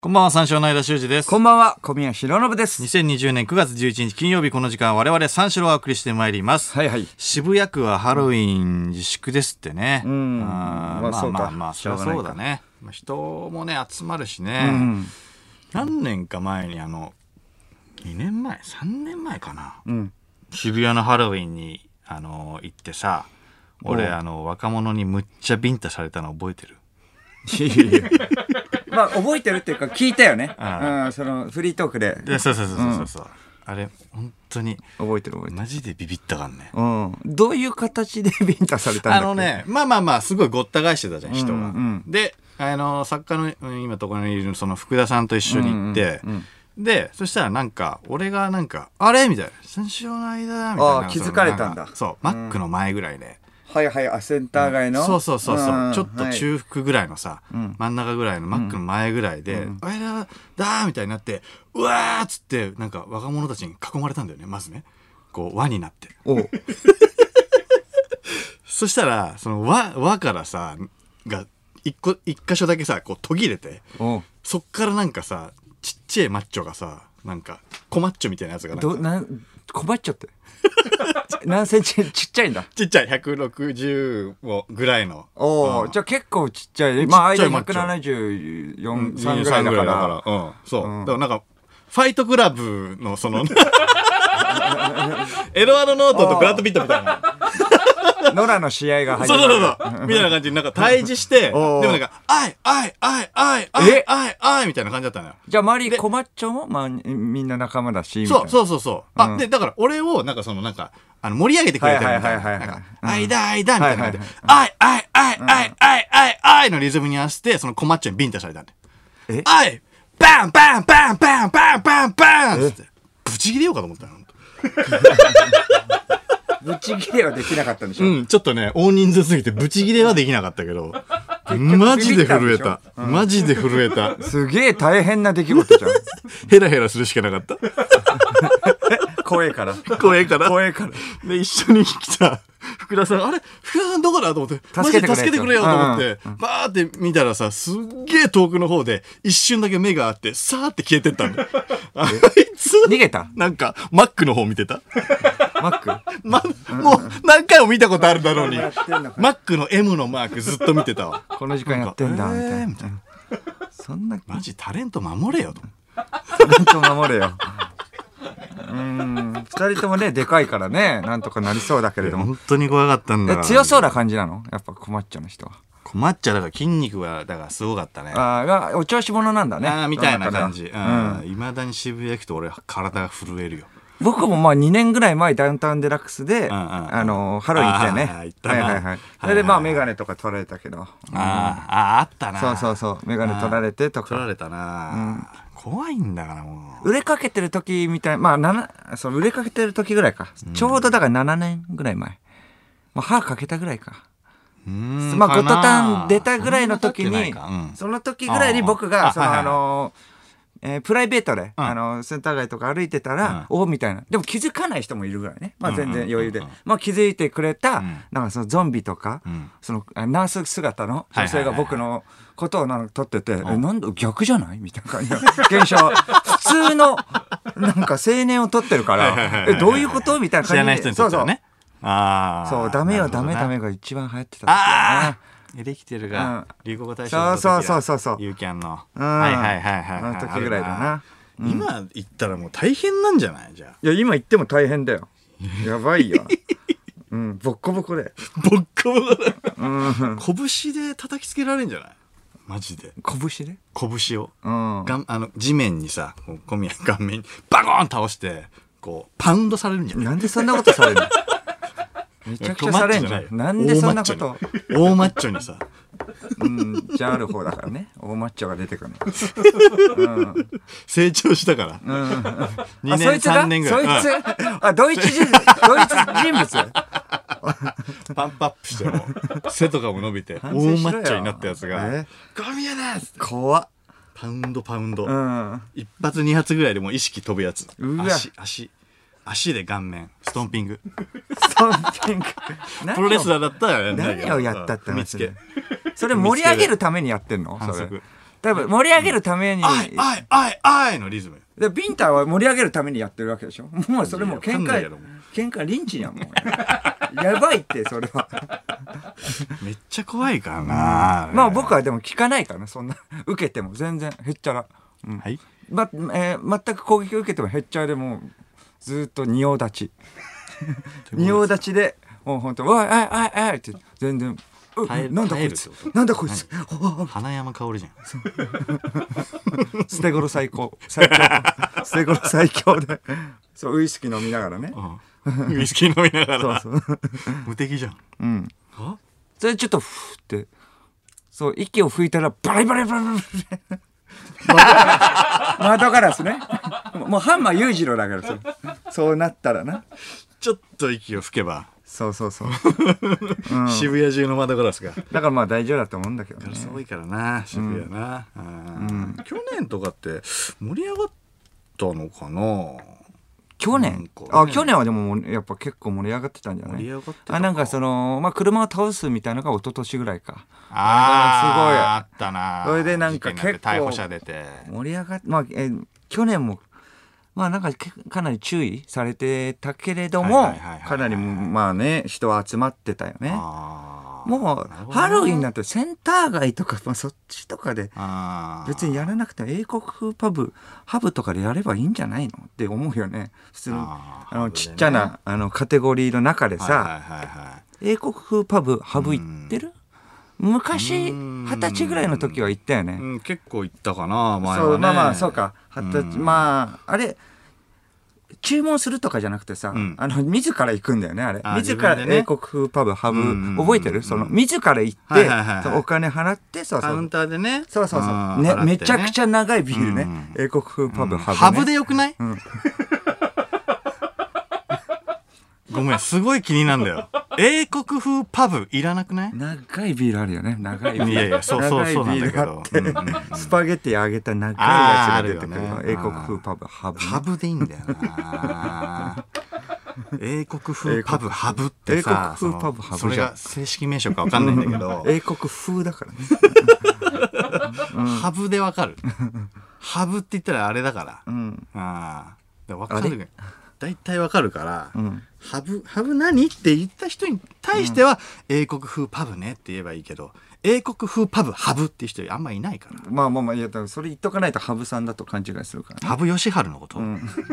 こんばんは、三四郎の間修二です。 こんばんは、小宮浩信です。 2020年9月11日金曜日、この時間我々三四郎をお送りしてまいります。 はいはい。 渋谷区はハロウィン自粛ですってね。 まあそうか。 そりゃそうだね。人もね集まるしね。何年か前に2年前3年前かな、渋谷のハロウィンに行ってさ、俺若者にむっちゃビンタされたの覚えてる？ まあ覚えてるっていうか聞いたよね。そのフリートークで。 そう。あれ本当に覚えてるマジでビビったかんね。 どういう形でビンタされたんだっけ？ まあすごいごった返してたじゃん人が。で作家の今ところにいるその福田さんと一緒に行って、でそしたらなんか俺がなんかあれみたいな三四郎の間みたいな。 気づかれたんだ。 そうマックの前ぐらいで。 はいはい、センター街の、 そうちょっと中腹ぐらいのさ、真ん中ぐらいのマックの前ぐらいで、あれだーみたいになって、うわーっつってなんか若者たちに囲まれたんだよね。まずねこう輪になってそしたらその輪からさが一箇所だけさこう途切れて、そっからなんかさちっちゃいマッチョがさなんかコマッチョみたいなやつがコマッチョって何センチちっちゃいんだ。 ちっちゃい160ぐらいの。 じゃあ結構ちっちゃい。まあ間174、3ぐらいだから。 そう。だからなんかファイトクラブのそのエドワード・ノートンとブラッド・ピットみたいな。 ノラの試合が始まる。 そうみたいな感じでなんか対峙してでもなんかあいみたいな感じだったのよ。 じゃあ周りコマッチョもまあみんな仲間だし。 そうでだから俺をなんかそのなんか盛り上げてくれてるみたいな間みたいな感じであいのリズムに合わせてそのコマッチョにビンタされたんであいバンバンバンバンバンバンバンってブチ切れようかと思ったの。 ブチギレはできなかったんでしょ。 ちょっとね大人数すぎてブチギレはできなかったけどマジで震えた。マジで震えた。 すげえ大変な出来事じゃん。 ヘラヘラするしかなかった。 怖えからで一緒に来た福田さん、あれ福田さんどこだと思ってマジで助けてくれよと思ってバーって見たらさすっげえ遠くの方で一瞬だけ目があってさーって消えてったんだ。あいつ逃げた。 なんかマックの方見てた。 マックもう何回も見たことあるだろうにマックの M のマークずっと見てたわ。 この時間やってんだみたいな。そんなマジタレント守れよと。 タレント守れよ。2人ともねでかいからねなんとかなりそうだけれども。 本当に怖かったんだ。 強そうな感じなのやっぱコマッチョの人は。 コマッチョだから筋肉がだからすごかったね。 お調子者なんだね。 みたいな感じ。いまだに渋谷行くと俺体が震えるよ。 僕もまあ2年ぐらい前ダウンタウンデラックスでハロウィン行ったよね。それでまあメガネとか取られたけど。 あったな。 そうメガネ取られてとか。 取られたな。怖いんだからもう。売れかけてる時みたいまあそう売れかけてる時ぐらいか。ちょうどだから7年ぐらい前。まあ歯かけたぐらいか。まあゴッドタウン出たぐらいの時にその時ぐらいに僕がそのプライベートでセンター街とか歩いてたらおみたいな。でも気づかない人もいるぐらいね。まあ全然余裕でまあ気づいてくれたなんかそのゾンビとかそのナース姿の女性が僕のことを撮っててなんだ逆じゃないみたいな感じの現象。普通のなんか青年を撮ってるからどういうことみたいな感じで。 知らない人に撮ってるね。 そうダメよダメが一番流行ってたんですよね。 エレキテルが流行語大賞の時だ。 そうユーキャンのあの時ぐらいだな。 今行ったらもう大変なんじゃないじゃあ。 いや今行っても大変だよ。やばいよ。ボッコボコで。 ボッコボコで。拳で叩きつけられるんじゃないマジで。 拳で拳を地面にさ小宮顔面にバコーン倒してこうパウンドされるんじゃない。 なんでそんなことされるの。めちゃくちゃされんじゃん。なんでそんなこと。 大マッチョにさじゃあある方だからね。大マッチョが出てくる成長したから2年3年ぐらい。 そいつドイツ人物パンプアップしても背とかも伸びて大マッチョになったやつが小宮です怖っ。 パウンド1発2発ぐらいでもう意識飛ぶやつ。足で顔面ストンピングプロレスラーだったら何をやったって見つけ。 それ盛り上げるためにやってんの。 反則多分盛り上げるために、 あいのリズム。 でビンタは盛り上げるためにやってるわけでしょ。もうそれも喧嘩リンチやもん。やばいってそれは。 めっちゃ怖いからな。 まあ僕はでも聞かないからね、そんな受けても全然へっちゃら。 はい。 全く攻撃を受けてもへっちゃらでもずっと仁王立ち。仁王立ちでもう本当おいって全然。なんだこいつなんだこいつ花山香りじゃん。 捨て頃最強捨て頃最強でそうウイスキー飲みながらね、 ウイスキー飲みながらそう無敵じゃん。 それちょっとふーってそう息を吹いたらバリバリバリバリ窓ガラスね。もうハンマー裕次郎だからそうなったらな、 ちょっと息を吹けばそう、 渋谷中の窓ガラスが。 だからまあ大丈夫だと思うんだけどね。 多いからな渋谷な。去年とかって盛り上がったのかな。 去年はでもやっぱ結構盛り上がってたんじゃない。 盛り上がってたか。 なんか車を倒すみたいなのが一昨年ぐらいか。すごいあったな。 それでなんか結構逮捕者出て盛り上がって去年もまあなんかかなり注意されてたけれどもかなりまあね人は集まってたよね。もうハロウィンなんてセンター街とか、そっちとかで別にやらなくても英国風パブハブとかでやればいいんじゃないのって思うよね。普通のちっちゃなカテゴリーの中でさ英国風パブハブ行ってる？昔20歳ぐらいの時は行ったよね。 結構行ったかな前はね。 そうまあそうか20歳まああれ注文するとかじゃなくてさ、自ら行くんだよねあれ。自ら英国風パブハブ覚えてる？自ら行ってお金払ってカウンターでね。 そうねめちゃくちゃ長いビールね。英国風パブハブね。 ハブでよくない？ごめんすごい気になるんだよ。英国風パブいらなくない？ 長いビールあるよね。長いビール。 いやそうなんだけど。 スパゲッティ揚げた長いやつが出てくる。英国風パブハブ。 ハブでいいんだよな。英国風パブハブってさ、 英国風パブハブそれが正式名称かわかんないんだけど。 英国風だからね。 ハブでわかる。ハブって言ったらあれだから。わかる。大体わかるから、ハブ何って言った人に対しては、英国風パブねって言えばいいけど、英国風パブハブっていう人あんまいないから。 まあいやそれ言っとかないとハブさんだと勘違いするからね。 羽生善治のこと、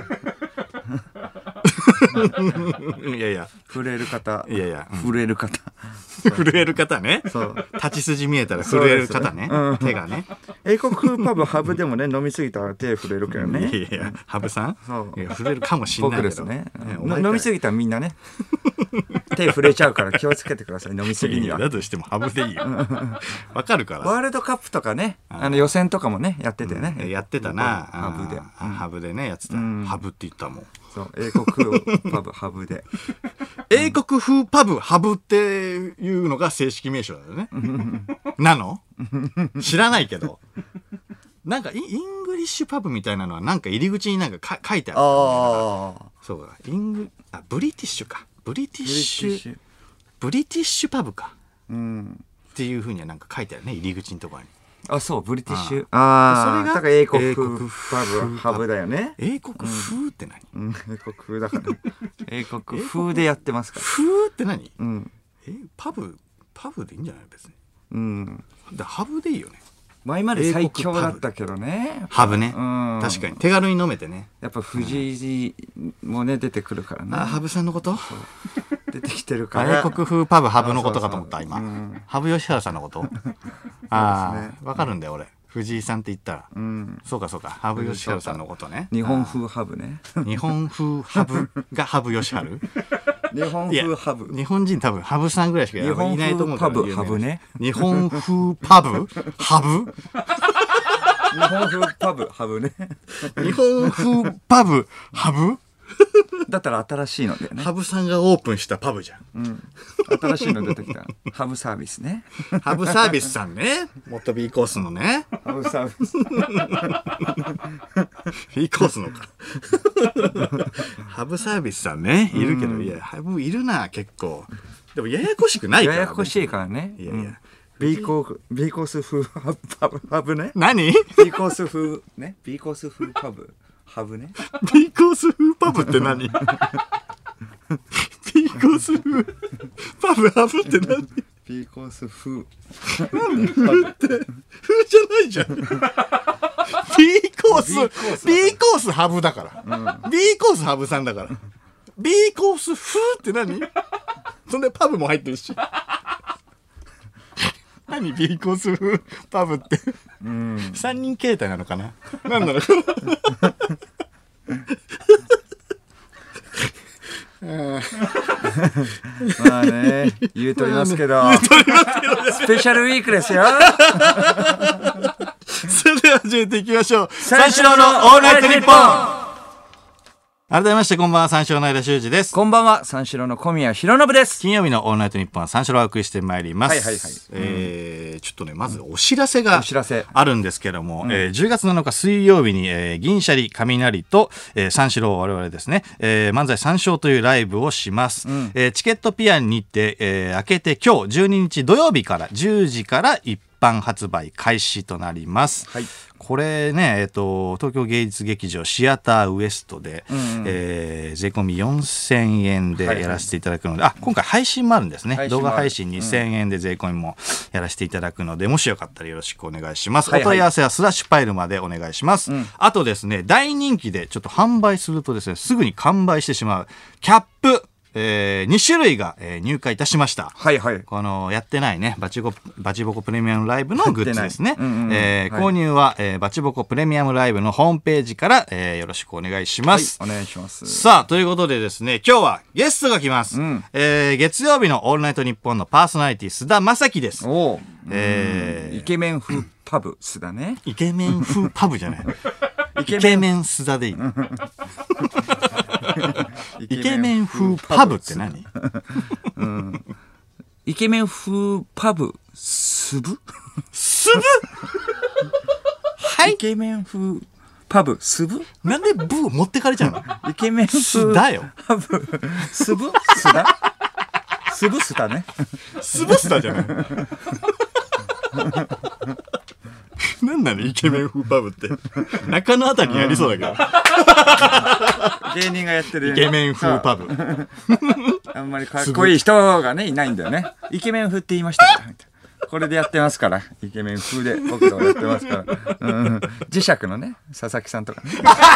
いやいや震える方いやいや、 震える方震える方ね。立ち筋見えたら震える方ね。手がね。 英国風パブハブでもね飲みすぎたら手震えるけどね。 いやハブさんいや震えるかもしれないけど。 僕ですね。飲みすぎたらみんなね手震えちゃうから気をつけてください。飲みすぎには。 だとしてもハブでいいよ。わかるから。 ワールドカップとかね予選とかもねやっててね。 やってたな。 ハブで。 ハブでねやってた。ハブって言ったもん。 そう英国風パブハブで。 英国風パブハブっていうのが正式名称だよね。なの？知らないけど。なんかイングリッシュパブみたいなのはなんか入り口になんか書いてある。そうか。ブリティッシュか。ブリティッシュパブか。っていうふうにはなんか書いてあるね入り口のところに。 そうブリティッシュ。それがだから英国風パブハブだよね。 英国風って何？ 英国風だから英国風でやってますから。 風って何？パブでいいんじゃない別に。ハブでいいよね。 前まで最強だったけどね。 ハブね。確かに手軽に飲めてね。 やっぱ藤井もね出てくるからね。 ハブさんのこと？ 出てきてるから。 英国風パブハブのことかと思った今。羽生善治さんのこと？わかるんだよ俺。藤井さんって言ったら。そうか羽生善治さんのことね。 日本風ハブね。 日本風ハブが羽生善治？ 日本風ハブ。 日本人多分羽生さんぐらいしかいないと思うから。 日本風パブハブね。 日本風パブハブ？ 日本風パブハブね。 日本風パブハブ？ だったら新しいのだよね。 ハブさんがオープンしたパブじゃん。 新しいの出てきた。ハブサービスね。 ハブサービスさんね。元 B コースのね。 ハブサービス。 B コースのか。ハブサービスさんね。いるけど、いや、ハブいるな、結構。でもややこしくないからね。 ややこしいからね。 いやいや。 B コース風ハブね。 何 B コース風ね。B コース風ハブね。 B コース風パブって何？ B コース風パブハブって何？ B コース風風って風じゃないじゃん。B コースハブだから、B コースハブさんだから。B コース風って何？そんでパブも入ってるし。何 B コース風パブって、3人形態なのかな、なんだろう。 まあね、言うとりますけど、スペシャルウィークですよ。 それでは始めていきましょう。三四郎のオールナイトニッポン。改めましてこんばんは、三四郎の間修二です。 こんばんは、三四郎の小宮浩信です。 金曜日のオールナイトニッポンは三四郎をお送りしてまいります。ちょっとね、まずお知らせがあるんですけども、10月7日水曜日に、銀シャリ雷と、三四郎我々ですね、漫才三四というライブをします。チケットピアにて、明けて今日12日土曜日から10時から一般発売開始となります。これね、東京芸術劇場シアターウエストで、税込み4000円でやらせていただくので、今回配信もあるんですね。動画配信2000円で税込みもやらせていただくので、もしよかったらよろしくお願いします。お問い合わせはスラッシュパイルまでお願いします。あとですね、大人気でちょっと販売するとですね、すぐに完売してしまうキャップ、2種類が、入荷いたしました。このやってないねバチボコプレミアムライブのグッズですね。購入は、バチボコプレミアムライブのホームページから、よろしくお願いします。 お願いします。 さあということでですね、今日はゲストが来ます。月曜日のオールナイトニッポンのパーソナリティ須田将暉です。 イケメン風パブ須田ね。 イケメン風パブじゃない。イケメン須田でいい。イケメン風パブって何？ イケメン風パブスブ？ スブ？はい。 イケメン風パブスブ？ なんでブ持ってかれちゃうの？ イケメン風だよ。 パブスブ？スダ？スブスダね。 スブスダじゃない。なんなのイケメン風パブって。中野あたりにありそうだけど。 芸人がやってるイケメン風パブ。 あんまりかっこいい人がねいないんだよね。イケメン風って言いましたかこれでやってますから。イケメン風で僕らはやってますから。磁石のね佐々木さんとかね。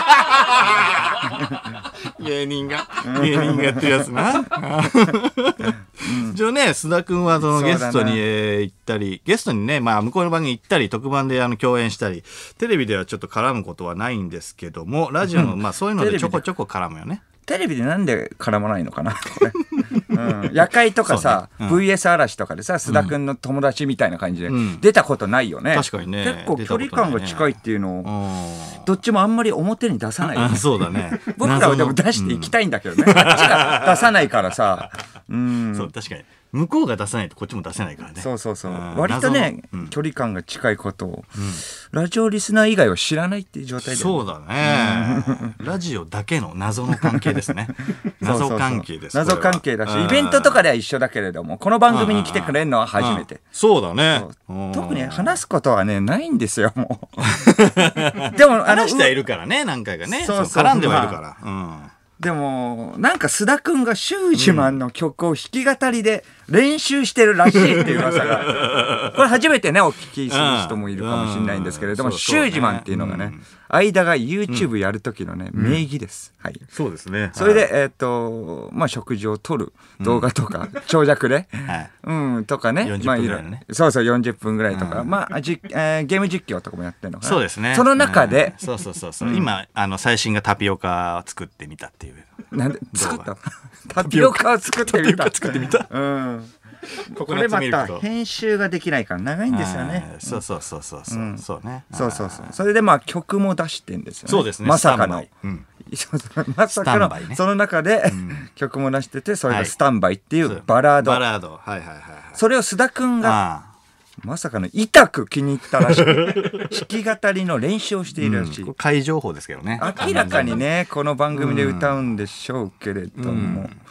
芸人がやってるやつな。一応ね、須田君はそのゲストに行ったり、ゲストにね、向こうの番組行ったり、特番で共演したり、テレビではちょっと絡むことはないんですけども、ラジオのそういうのでちょこちょこ絡むよね。 テレビでなんで絡まないのかなこれ、夜会とかさ、VS 嵐とかでさ須田君の友達みたいな感じで出たことないよね。 確かにね。 結構距離感が近いっていうのをどっちもあんまり表に出さないよね。 そうだね。 僕らはでも出していきたいんだけどね。あっちが出さないからさ。 そう確かに向こうが出さないとこっちも出せないからね。 そう割とね、距離感が近いことを、ラジオリスナー以外は知らないっていう状態で、 そうだね。ラジオだけの謎の関係ですね。謎関係です。 謎関係だし、イベントとかでは一緒だけれども、この番組に来てくれるのは初めて。 そうだね。 特に話すことはねないんですよもう。でも話してはいるからね、何回かね。絡んではいるから。 でもなんか須田くんがシュージマンの曲を弾き語りで練習してるらしいっていう噂が、これ初めてねお聞きする人もいるかもしれないんですけれども、シュージマンっていうのがね、間が YouTube やる時のね名義です。はい、 そうですね。 それで食事を撮る動画とか長尺でとかね、そう40分ぐらいとか、ゲーム実況とかもやってるのかな。 そうですね。 その中でそう今最新がタピオカを作ってみたっていう。 なんで作ったの？タピオカを作ってみた。これまた編集ができないから長いんですよね。そうね。 それで曲も出してんですよね。 そうですね。 まさかのその中で曲も出してて、それがスタンバイっていうバラード。それを須田くんがまさかの痛く気に入ったらしく、弾き語りの練習をしているらしい。 怪情報ですけどね。 明らかにねこの番組で歌うんでしょうけれども、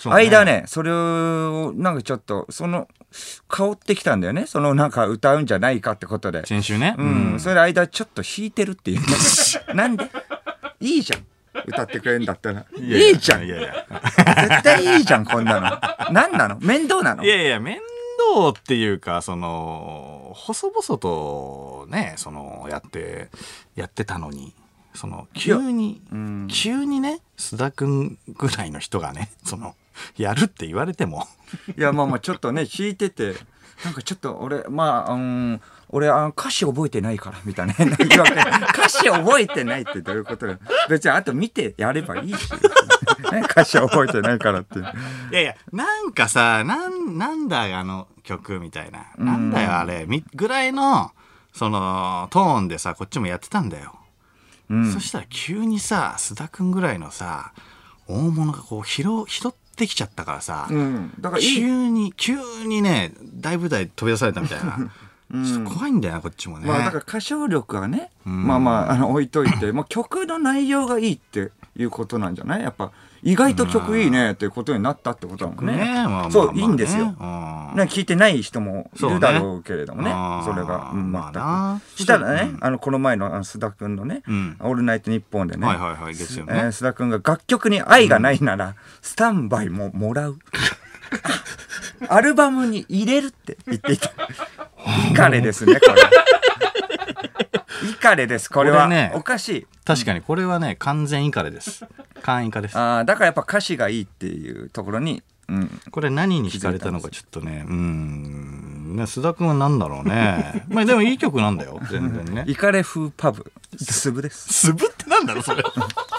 間ね、それをなんかちょっと香ってきたんだよね。なんか歌うんじゃないかってことで。 先週ね。 それで間ちょっと弾いてるっていう。なんでいいじゃん。歌ってくれんだったら。いいじゃん。絶対いいじゃん、こんなの。何なの？面倒なの？ いやいや、面倒っていうか、細々とね、やってたのに、急にね、須田くんぐらいの人がね、やるって言われても。 いや、まあちょっとね、弾いてて、なんかちょっと俺、俺歌詞覚えてないからみたいな歌詞覚えてないってどういうことだよ。別にあと見てやればいいし、歌詞覚えてないからって。 いやいや、なんかさ、なんだよあの曲みたいな、なんだよあれぐらいのトーンでさ、こっちもやってたんだよ。そしたら急にさ、須田くんぐらいのさ、大物がこう拾ってきちゃったからさ、だから急にね、大舞台飛び出されたみたいな。ちょっと怖いんだよな、こっちもね。 だから歌唱力はね、置いといて、曲の内容がいいっていうことなんじゃない？やっぱ意外と曲いいねっていうことになったってことだもんね。そう、いいんですよ。聞いてない人もいるだろうけれどもね、それが全く。したらね、この前の須田くんのね、オールナイトニッポンでね、須田くんが楽曲に愛がないならスタンバイももらう。アルバムに入れるって言っていた。イカレですね、これ。イカレです、これは。おかしい。 確かに、これはね、完全イカレです。完イカです。 だからやっぱ歌詞がいいっていうところに、 これ何に惹かれたのかちょっとね、須田君は何だろうね。まあでもいい曲なんだよ、全然ね。 イカレ風パブ、スブです。 スブってなんだろう、それ。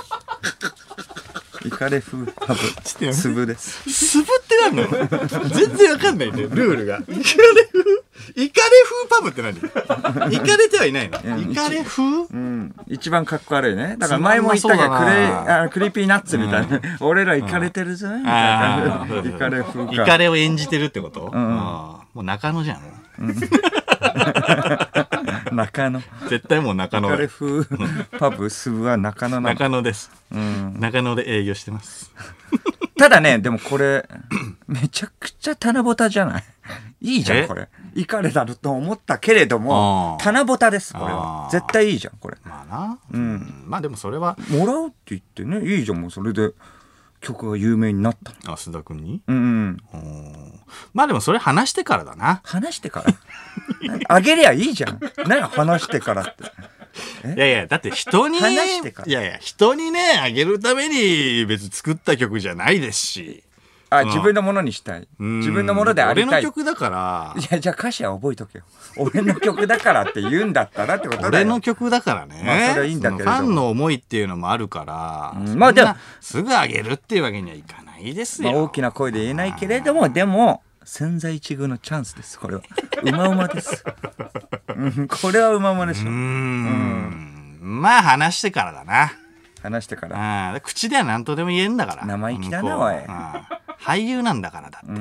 イカレ風パブ、スブです。 スブってなんの？全然わかんないね、ルールが。イカレ風パブって何？イカれてはいないの？イカレ風？ 一番かっこ悪いね。だから前も言ったけど、クリーピーナッツみたいな。俺らイカれてるぞみたいな。イカレ風か。 イカレを演じてるってこと？もう中野じゃん。 中野。 絶対もう中野。 イカレ風パブスブは中野なの。 中野です。中野で営業してます。 ただね、でもこれめちゃくちゃ棚ぼたじゃない？いいじゃんこれ。イカレだと思ったけれども棚ぼたです、これは。絶対いいじゃんこれ。 まあな。まあでもそれはもらうって言ってね、いいじゃん。もうそれで曲が有名になった。 須田君に？まあでもそれ話してからだな。 話してからあげりゃいいじゃん。何話してからって。 いやいや、だって人にね、人にね、あげるために別に作った曲じゃないですし。 自分のものにしたい。自分のものでありたい。 俺の曲だから。 いや、じゃあ歌詞は覚えとけよ。俺の曲だからって言うんだったらってことだよ。 俺の曲だからね。 まあそれはいいんだけれども。 ファンの思いっていうのもあるから、まあでもすぐあげるっていうわけにはいかないですよ。 大きな声で言えないけれども、でも千載一遇のチャンスです。これはうまうまです。これはうまうまでしょ。 まあ話してからだな。 話してから。 口では何とでも言えんだから。 生意気だなおい。 俳優なんだからだって。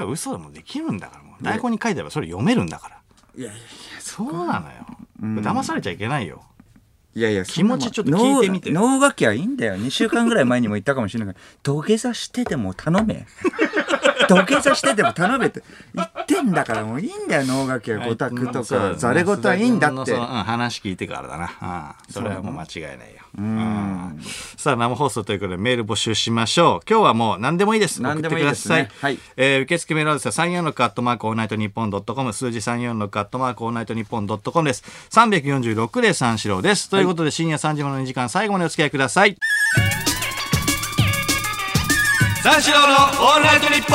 嘘でもできるんだから。もう台本に書いてあればそれ読めるんだから。 いやいやいや、 そうなのよ。騙されちゃいけないよ。 いやいや、 気持ちちょっと聞いてみて。 脳書きはいいんだよ。2週間ぐらい前にも言ったかもしれないけど、土下座してでも頼め。土下座してでも頼めって言ってんだから、もういいんだよ。脳書きはゴタクとかざれ言はいいんだって。 話聞いてからだな。それはもう間違いないよ。さあ生放送ということでメール募集しましょう。今日はもう何でもいいです。送ってください。受付メールアドレスは346@オールナイトニッポン.com、数字346@オールナイトニッポン.comです。346で三四郎です。ということで深夜3時までの2時間最後までお付き合いください。三四郎のオールナイトニッポン。